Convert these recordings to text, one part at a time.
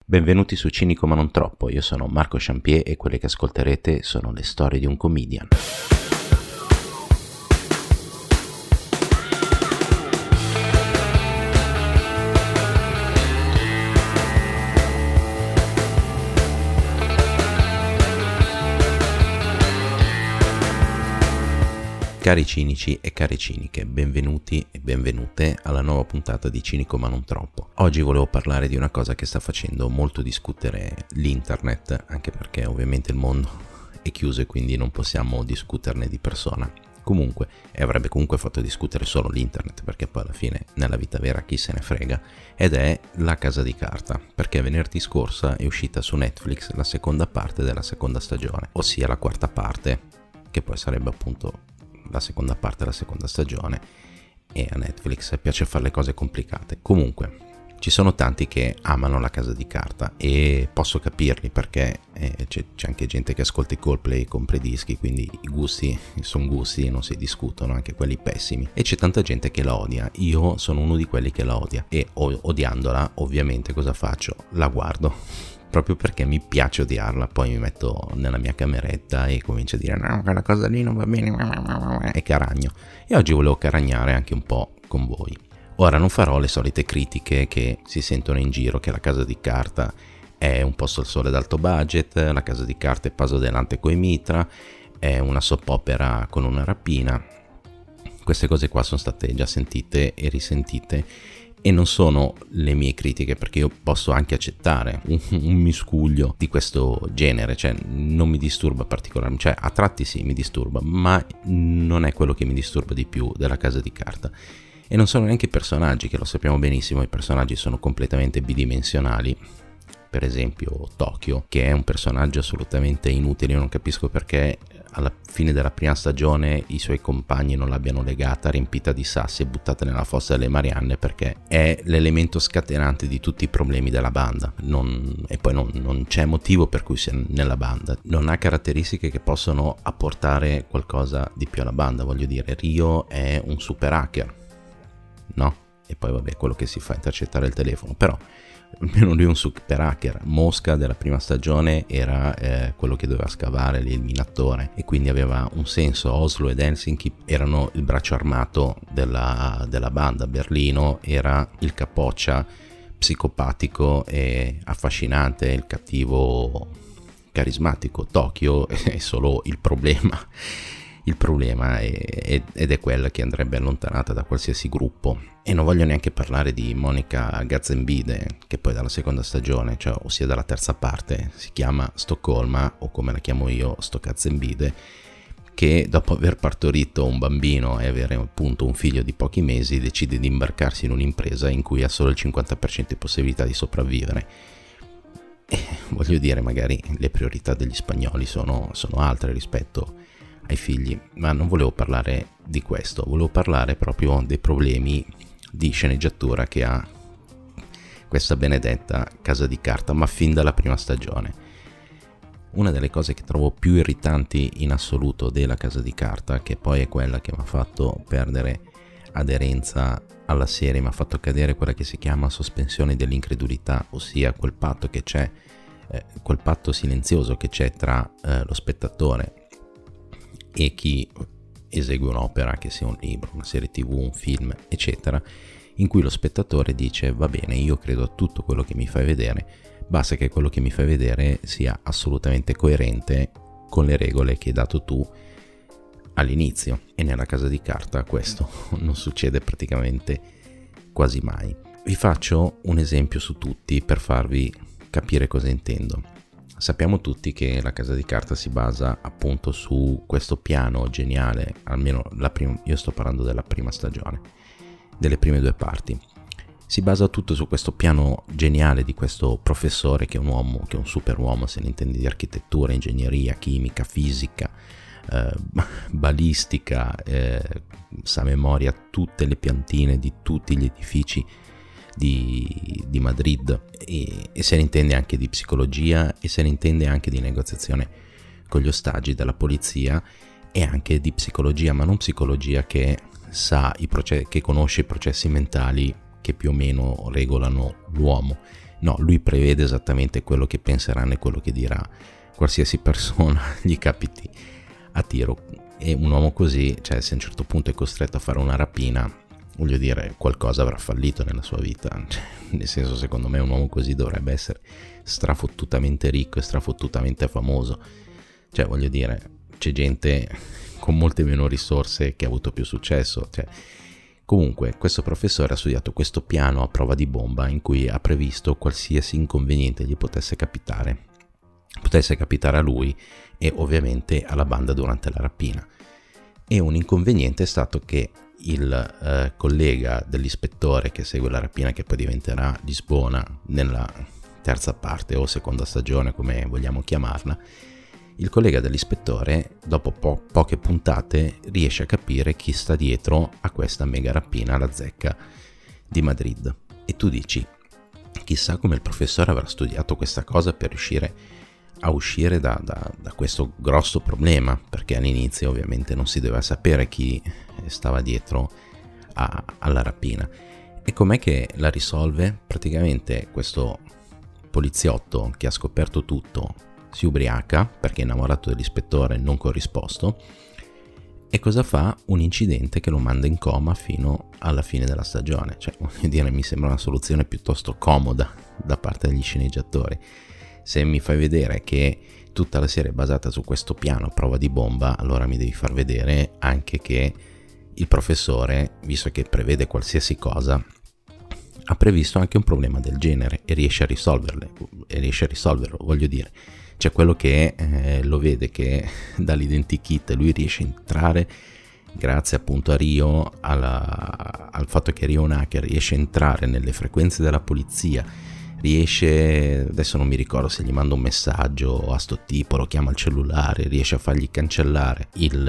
Benvenuti su Cinico ma non troppo, io sono Marco Champier e quelle che ascolterete sono le storie di un comedian. Cari cinici e care ciniche, benvenuti e benvenute alla nuova puntata di Cinico ma non troppo. Oggi volevo parlare di una cosa che sta facendo molto discutere l'internet, anche perché ovviamente il mondo è chiuso e quindi non possiamo discuterne di persona. Comunque, e avrebbe comunque fatto discutere solo l'internet, perché poi alla fine nella vita vera chi se ne frega, ed è La Casa di Carta, perché venerdì scorsa è uscita su Netflix la seconda parte della seconda stagione, ossia la quarta parte, che poi sarebbe appunto la seconda parte della seconda stagione, e a Netflix piace fare le cose complicate. Comunque ci sono tanti che amano La Casa di Carta e posso capirli, perché c'è anche gente che ascolta i Coldplay e compra i dischi, quindi i gusti sono gusti, non si discutono, anche quelli pessimi, e c'è tanta gente che la odia. Io sono uno di quelli che la odia e odiandola ovviamente cosa faccio? La guardo, proprio perché mi piace odiarla. Poi mi metto nella mia cameretta e comincio a dire no, quella cosa lì non va bene, e caragno. E oggi volevo caragnare anche un po' con voi. Ora non farò le solite critiche che si sentono in giro, che La Casa di Carta è un posto al sole d'alto budget, La Casa di Carta è paso delante coi mitra, è una soap opera con una rapina. Queste cose qua sono state già sentite e risentite e non sono le mie critiche, perché io posso anche accettare un miscuglio di questo genere, cioè non mi disturba particolarmente, cioè a tratti sì mi disturba, ma non è quello che mi disturba di più della Casa di Carta. E non sono neanche i personaggi, che lo sappiamo benissimo, i personaggi sono completamente bidimensionali. Per esempio Tokyo, che è un personaggio assolutamente inutile, io non capisco perché alla fine della prima stagione i suoi compagni non l'abbiano legata, riempita di sassi e buttata nella fossa delle Marianne, perché è l'elemento scatenante di tutti i problemi della banda. E poi non c'è motivo per cui sia nella banda, non ha caratteristiche che possono apportare qualcosa di più alla banda. Voglio dire, Ryo è un super hacker, no? E poi vabbè, quello che si fa intercettare il telefono, però almeno lui è un super hacker. Mosca della prima stagione era quello che doveva scavare il minatore e quindi aveva un senso. Oslo ed Helsinki erano il braccio armato della banda. Berlino era il capoccia psicopatico e affascinante, il cattivo carismatico. Tokyo è solo il problema. Il problema ed è quella che andrebbe allontanata da qualsiasi gruppo. E non voglio neanche parlare di Monica Gazzembide, che poi dalla seconda stagione, cioè ossia dalla terza parte, si chiama Stoccolma, o come la chiamo io, Gazzembide, che dopo aver partorito un bambino e avere appunto un figlio di pochi mesi decide di imbarcarsi in un'impresa in cui ha solo il 50% di possibilità di sopravvivere. E voglio dire, magari le priorità degli spagnoli sono altre rispetto ai figli, ma non volevo parlare di questo, volevo parlare proprio dei problemi di sceneggiatura che ha questa benedetta Casa di Carta, ma fin dalla prima stagione. Una delle cose che trovo più irritanti in assoluto della Casa di Carta, che poi è quella che mi ha fatto perdere aderenza alla serie, mi ha fatto cadere quella che si chiama sospensione dell'incredulità, ossia quel patto che c'è, quel patto silenzioso che c'è tra lo spettatore e chi esegue un'opera, che sia un libro, una serie TV, un film, eccetera, in cui lo spettatore dice va bene, io credo a tutto quello che mi fai vedere, basta che quello che mi fai vedere sia assolutamente coerente con le regole che hai dato tu all'inizio. E nella Casa di Carta questo non succede praticamente quasi mai. Vi faccio un esempio su tutti per farvi capire cosa intendo. Sappiamo tutti che La Casa di Carta si basa appunto su questo piano geniale, almeno io sto parlando della prima stagione, delle prime due parti. Si basa tutto su questo piano geniale di questo professore che è un uomo, che è un super uomo, se ne intende, di architettura, ingegneria, chimica, fisica, balistica, sa a memoria tutte le piantine di tutti gli edifici di Madrid, e se ne intende anche di psicologia, e se ne intende anche di negoziazione con gli ostaggi della polizia, e anche di psicologia, ma non psicologia che che conosce i processi mentali che più o meno regolano l'uomo, No, lui prevede esattamente quello che penseranno e quello che dirà qualsiasi persona gli capiti a tiro. E un uomo così, cioè, se a un certo punto è costretto a fare una rapina, voglio dire, qualcosa avrà fallito nella sua vita. Cioè, nel senso, secondo me un uomo così dovrebbe essere strafottutamente ricco e strafottutamente famoso. Cioè, voglio dire, c'è gente con molte meno risorse che ha avuto più successo. Cioè, comunque, questo professore ha studiato questo piano a prova di bomba in cui ha previsto qualsiasi inconveniente gli potesse capitare a lui e ovviamente alla banda durante la rapina. E un inconveniente è stato che il collega dell'ispettore che segue la rapina, che poi diventerà Lisbona nella terza parte o seconda stagione, come vogliamo chiamarla, il collega dell'ispettore dopo poche puntate riesce a capire chi sta dietro a questa mega rapina alla zecca di Madrid. E tu dici, chissà come il professore avrà studiato questa cosa per riuscire a uscire da questo grosso problema, perché all'inizio ovviamente non si doveva sapere chi stava dietro alla rapina. E com'è che la risolve? Praticamente questo poliziotto che ha scoperto tutto si ubriaca perché è innamorato dell'ispettore non corrisposto, e cosa fa? Un incidente che lo manda in coma fino alla fine della stagione. Cioè, voglio dire, mi sembra una soluzione piuttosto comoda da parte degli sceneggiatori. Se mi fai vedere che tutta la serie è basata su questo piano a prova di bomba, allora mi devi far vedere anche che il professore, visto che prevede qualsiasi cosa, ha previsto anche un problema del genere e riesce a risolverlo, voglio dire. C'è quello che lo vede che dall'identikit lui riesce a entrare, grazie appunto a Rio, al fatto che Rio è un hacker, riesce a entrare nelle frequenze della polizia, riesce, adesso non mi ricordo se gli manda un messaggio a sto tipo, lo chiama al cellulare, riesce a fargli cancellare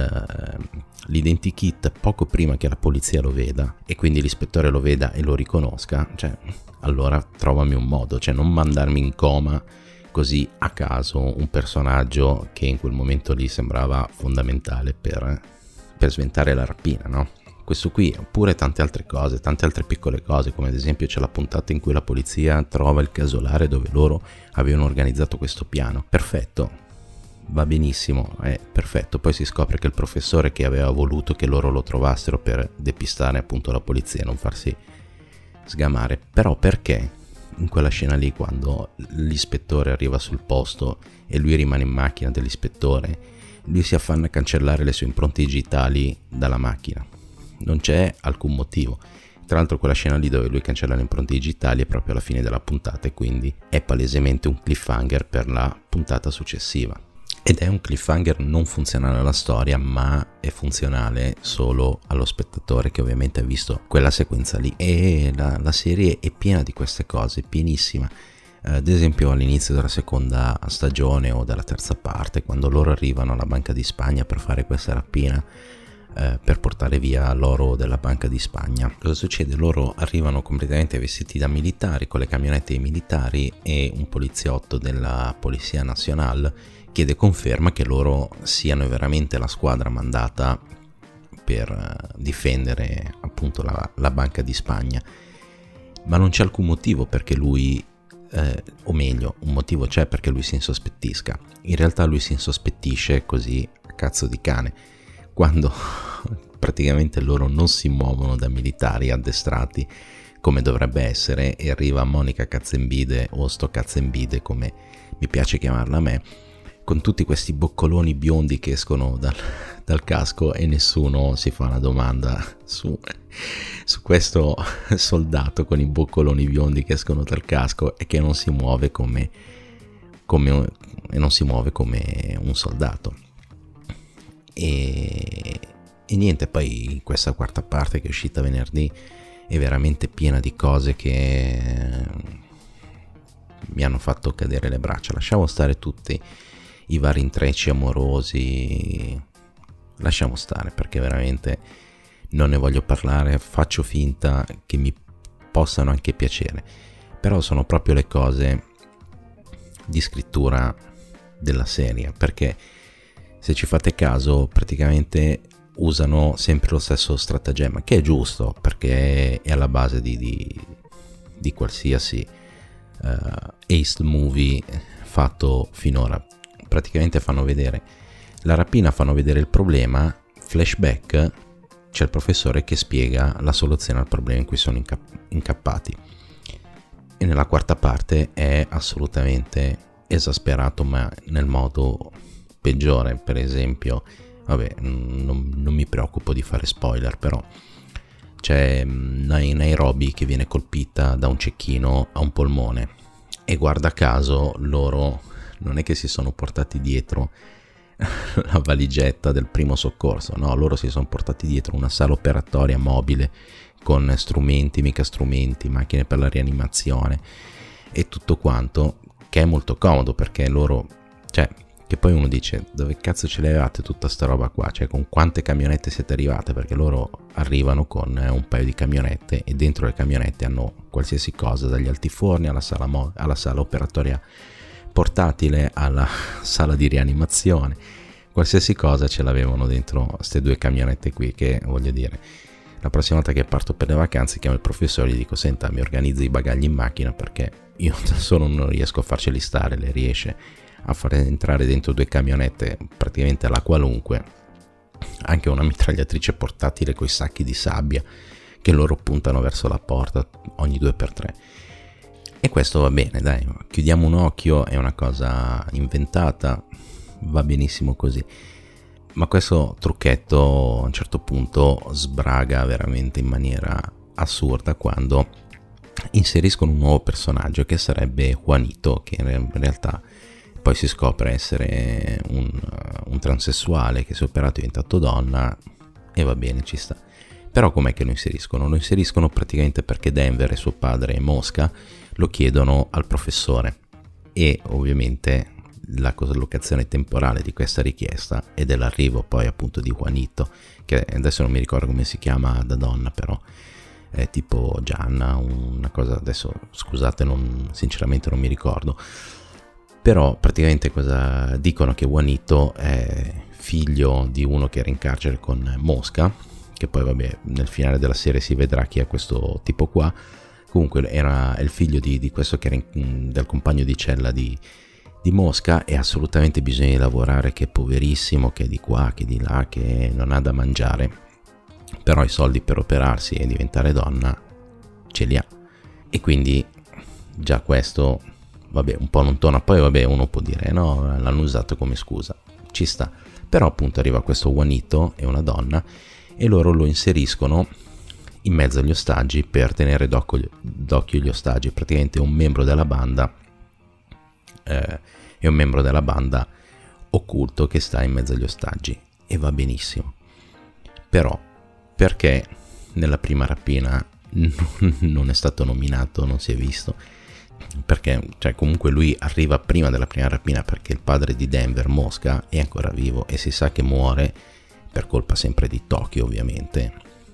l'identikit poco prima che la polizia lo veda e quindi l'ispettore lo veda e lo riconosca. Cioè, allora trovami un modo, cioè non mandarmi in coma così a caso un personaggio che in quel momento lì sembrava fondamentale per sventare la rapina, no? Questo qui, oppure tante altre cose, tante altre piccole cose, come ad esempio c'è la puntata in cui la polizia trova il casolare dove loro avevano organizzato questo piano. Perfetto, va benissimo, è perfetto. Poi si scopre che il professore che aveva voluto che loro lo trovassero per depistare appunto la polizia e non farsi sgamare. Però perché in quella scena lì, quando l'ispettore arriva sul posto e lui rimane in macchina dell'ispettore, lui si affanna a cancellare le sue impronte digitali dalla macchina? Non c'è alcun motivo. Tra l'altro quella scena lì dove lui cancella le impronte digitali è proprio alla fine della puntata e quindi è palesemente un cliffhanger per la puntata successiva. Ed è un cliffhanger non funzionale alla storia, ma è funzionale solo allo spettatore che ovviamente ha visto quella sequenza lì. E la serie è piena di queste cose, pienissima. Ad esempio all'inizio della seconda stagione o della terza parte, quando loro arrivano alla Banca di Spagna per fare questa rapina, per portare via l'oro della Banca di Spagna. Cosa succede? Loro arrivano completamente vestiti da militari, con le camionette dei militari, e un poliziotto della Polizia Nacional chiede conferma che loro siano veramente la squadra mandata per difendere appunto la Banca di Spagna. Ma non c'è alcun motivo perché lui, o meglio, un motivo c'è perché lui si insospettisca. In realtà lui si insospettisce così a cazzo di cane, quando praticamente loro non si muovono da militari addestrati come dovrebbe essere, e arriva Monica Cazzembide, o sto Cazzembide come mi piace chiamarla a me, con tutti questi boccoloni biondi che escono dal casco, e nessuno si fa una domanda su questo soldato con i boccoloni biondi che escono dal casco e che non si muove come un soldato. E niente, poi questa quarta parte che è uscita venerdì è veramente piena di cose che mi hanno fatto cadere le braccia. Lasciamo stare tutti i vari intrecci amorosi, lasciamo stare, perché veramente non ne voglio parlare, faccio finta che mi possano anche piacere, però sono proprio le cose di scrittura della serie, perché se ci fate caso praticamente usano sempre lo stesso stratagemma, che è giusto perché è alla base di qualsiasi ace movie fatto finora. Praticamente fanno vedere la rapina, fanno vedere il problema, flashback, c'è il professore che spiega la soluzione al problema in cui sono incappati. E nella quarta parte è assolutamente esasperato, ma nel modo peggiore. Per esempio, vabbè, non mi preoccupo di fare spoiler, però c'è Nairobi che viene colpita da un cecchino a un polmone e guarda caso loro non è che si sono portati dietro la valigetta del primo soccorso, no, loro si sono portati dietro una sala operatoria mobile con strumenti, mica strumenti, macchine per la rianimazione e tutto quanto, che è molto comodo perché loro, cioè, che poi uno dice dove cazzo ce l'avevate tutta sta roba qua, cioè con quante camionette siete arrivate, perché loro arrivano con un paio di camionette e dentro le camionette hanno qualsiasi cosa, dagli altiforni alla sala operatoria portatile alla sala di rianimazione, qualsiasi cosa ce l'avevano dentro queste due camionette qui, che voglio dire, la prossima volta che parto per le vacanze chiamo il professore e gli dico senta, mi organizzi i bagagli in macchina perché io da solo non riesco a farceli stare, le riesce a far entrare dentro due camionette praticamente alla qualunque, anche una mitragliatrice portatile con i sacchi di sabbia che loro puntano verso la porta ogni 2x3. E questo va bene, dai, chiudiamo un occhio, è una cosa inventata, va benissimo così. Ma questo trucchetto a un certo punto sbraga veramente in maniera assurda quando inseriscono un nuovo personaggio che sarebbe Juanito, che in realtà poi si scopre essere un transessuale che si è operato, è diventato donna e va bene, ci sta. Però com'è che lo inseriscono? Lo inseriscono praticamente perché Denver e suo padre e Mosca lo chiedono al professore e ovviamente la collocazione temporale di questa richiesta e dell'arrivo poi appunto di Juanito, che adesso non mi ricordo come si chiama da donna, però è tipo Gianna, una cosa, adesso scusate, sinceramente non mi ricordo. Però praticamente cosa dicono? Che Juanito è figlio di uno che era in carcere con Mosca, che poi vabbè nel finale della serie si vedrà chi è questo tipo qua. Comunque è il figlio di questo che era del compagno di cella di Mosca, e ha assolutamente bisogno di lavorare, che è poverissimo, che è di qua, che è di là, che non ha da mangiare, però i soldi per operarsi e diventare donna ce li ha, e quindi già questo vabbè un po' non torna. Poi vabbè uno può dire no, l'hanno usato come scusa, ci sta, però appunto arriva questo Juanito, è una donna, e loro lo inseriscono in mezzo agli ostaggi per tenere d'occhio gli ostaggi. Praticamente un membro della banda è un membro della banda occulto che sta in mezzo agli ostaggi, e va benissimo. Però perché nella prima rapina non è stato nominato, non si è visto? Perché cioè comunque lui arriva prima della prima rapina, perché il padre di Denver, Mosca, è ancora vivo e si sa che muore per colpa sempre di Tokyo, ovviamente,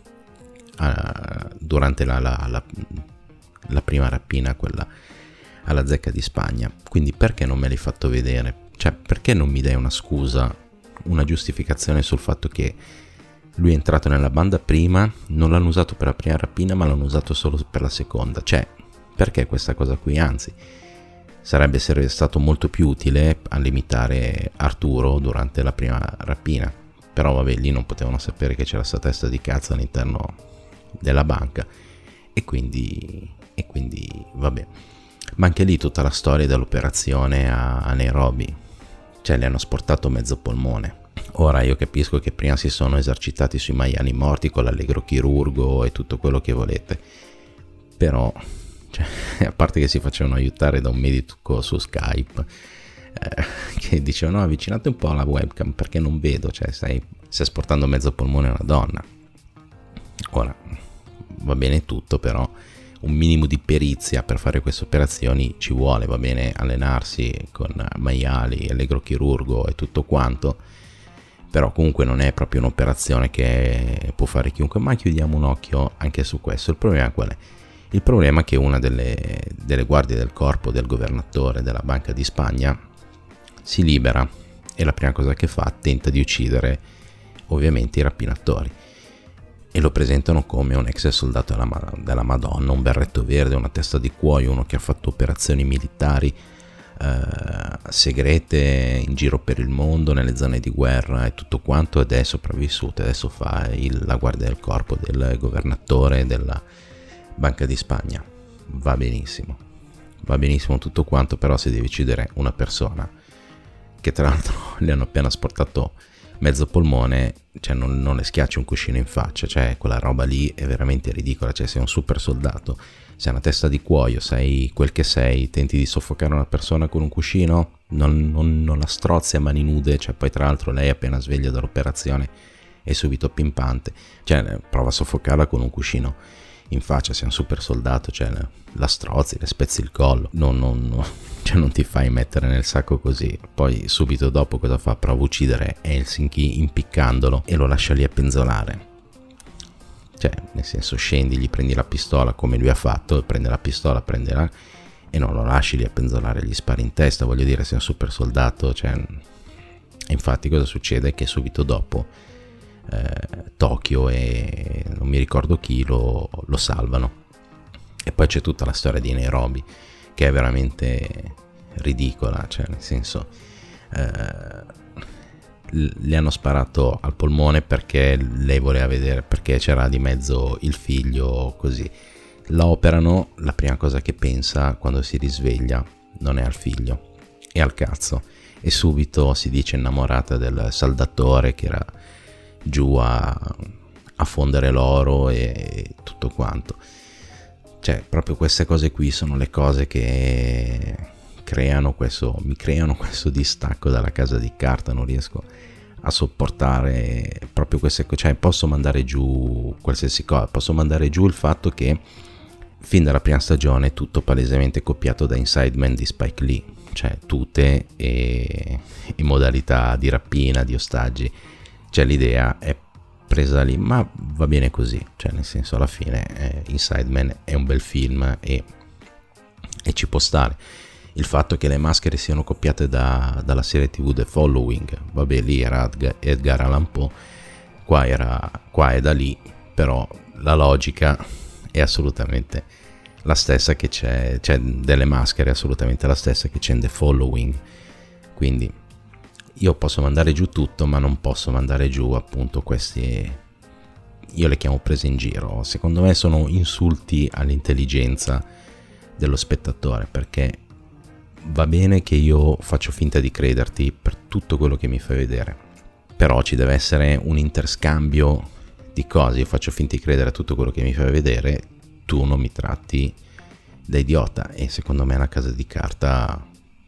durante la prima rapina, quella alla zecca di Spagna. Quindi perché non me l'hai fatto vedere? Cioè perché non mi dai una scusa, una giustificazione sul fatto che lui è entrato nella banda prima, non l'hanno usato per la prima rapina ma l'hanno usato solo per la seconda? Cioè perché questa cosa qui? Anzi, sarebbe stato molto più utile a limitare Arturo durante la prima rapina, però vabbè, lì non potevano sapere che c'era sta testa di cazzo all'interno della banca, e quindi vabbè. Ma anche lì tutta la storia dell'operazione a Nairobi, cioè le hanno sportato mezzo polmone. Ora io capisco che prima si sono esercitati sui maiali morti con l'allegro chirurgo e tutto quello che volete, però cioè, a parte che si facevano aiutare da un medico su Skype che diceva no, avvicinate un po' alla webcam perché non vedo, cioè stai sportando mezzo polmone a una donna. Ora va bene tutto, però un minimo di perizia per fare queste operazioni ci vuole. Va bene allenarsi con maiali, allegro chirurgo e tutto quanto, però comunque non è proprio un'operazione che può fare chiunque. Ma chiudiamo un occhio anche su questo. Il problema qual è? Il problema è che una delle guardie del corpo del governatore della Banca di Spagna si libera e la prima cosa che fa, tenta di uccidere ovviamente i rapinatori. e lo presentano come un ex soldato della Madonna, un berretto verde, una testa di cuoio, uno che ha fatto operazioni militari segrete in giro per il mondo, nelle zone di guerra e tutto quanto, ed è sopravvissuto. Adesso fa la guardia del corpo del governatore della Banca di Spagna. Va benissimo tutto quanto, però se devi uccidere una persona che tra l'altro le hanno appena asportato mezzo polmone, cioè non le schiacci un cuscino in faccia, cioè quella roba lì è veramente ridicola. Cioè sei un super soldato, sei una testa di cuoio, sei quel che sei, tenti di soffocare una persona con un cuscino, non la strozzi a mani nude, cioè poi tra l'altro lei appena sveglia dall'operazione è subito pimpante, cioè prova a soffocarla con un cuscino in faccia. Sei un super soldato, cioè la strozzi, le spezzi il collo, cioè non ti fai mettere nel sacco così. Poi subito dopo cosa fa? Prova a uccidere Helsinki impiccandolo e lo lascia lì a penzolare. Cioè nel senso, scendi, gli prendi la pistola come lui ha fatto, prende la pistola, e non lo lasci lì a penzolare, gli spari in testa. Voglio dire, sei un super soldato, cioè. Infatti cosa succede? Che subito dopo Tokyo e non mi ricordo chi lo salvano, e poi c'è tutta la storia di Nairobi che è veramente ridicola, cioè nel senso le hanno sparato al polmone perché lei voleva vedere, perché c'era di mezzo il figlio, così la operano. La prima cosa che pensa quando si risveglia non è al figlio, è al cazzo, e subito si dice innamorata del saldatore che era giù a fondere l'oro e tutto quanto. Cioè proprio queste cose qui sono le cose che mi creano questo distacco dalla Casa di Carta. Non riesco a sopportare proprio queste cose. Cioè posso mandare giù qualsiasi cosa, posso mandare giù il fatto che fin dalla prima stagione è tutto palesemente copiato da Inside Man di Spike Lee, cioè tutte in modalità di rapina, di ostaggi. Cioè l'idea è presa lì, ma va bene così, cioè nel senso, alla fine Inside Man è un bel film e ci può stare. Il fatto che le maschere siano copiate dalla serie TV The Following, vabbè, lì era Edgar Allan Poe, qua è da lì, però la logica è assolutamente la stessa che c'è delle maschere, è assolutamente la stessa che c'è in The Following. Quindi io posso mandare giù tutto, ma non posso mandare giù appunto questi, io le chiamo prese in giro. Secondo me sono insulti all'intelligenza dello spettatore, perché va bene che io faccio finta di crederti per tutto quello che mi fai vedere, però ci deve essere un interscambio di cose. Io faccio finta di credere a tutto quello che mi fai vedere, tu non mi tratti da idiota, e secondo me la Casa di Carta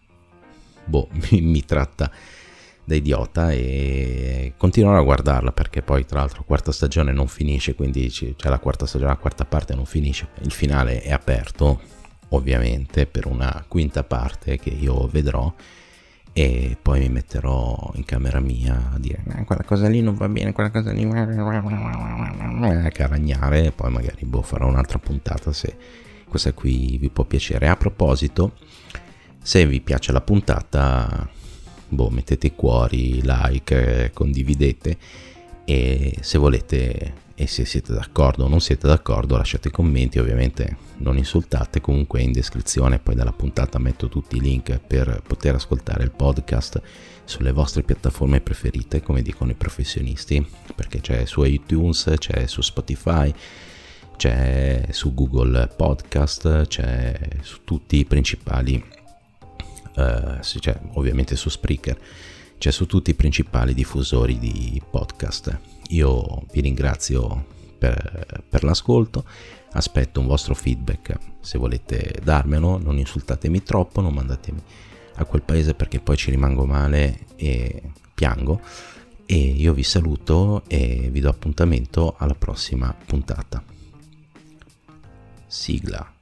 mi tratta da idiota, e continuerò a guardarla perché poi tra l'altro quarta stagione non finisce, quindi c'è la quarta stagione, la quarta parte non finisce, il finale è aperto ovviamente per una quinta parte che io vedrò, e poi mi metterò in camera mia a dire quella cosa lì non va bene, quella cosa lì, a caragnare, e poi magari farò un'altra puntata se questa qui vi può piacere. A proposito, se vi piace la puntata, mettete i cuori, like, condividete, e se volete, e se siete d'accordo o non siete d'accordo, lasciate commenti. Ovviamente non insultate. Comunque in descrizione poi della puntata metto tutti i link per poter ascoltare il podcast sulle vostre piattaforme preferite, come dicono i professionisti, perché c'è su iTunes, c'è su Spotify, c'è su Google Podcast, c'è su tutti i principali c'è ovviamente su Spreaker, c'è su tutti i principali diffusori di podcast. Io vi ringrazio per l'ascolto, aspetto un vostro feedback, se volete darmelo, non insultatemi troppo, non mandatemi a quel paese perché poi ci rimango male e piango, e io vi saluto e vi do appuntamento alla prossima puntata. Sigla.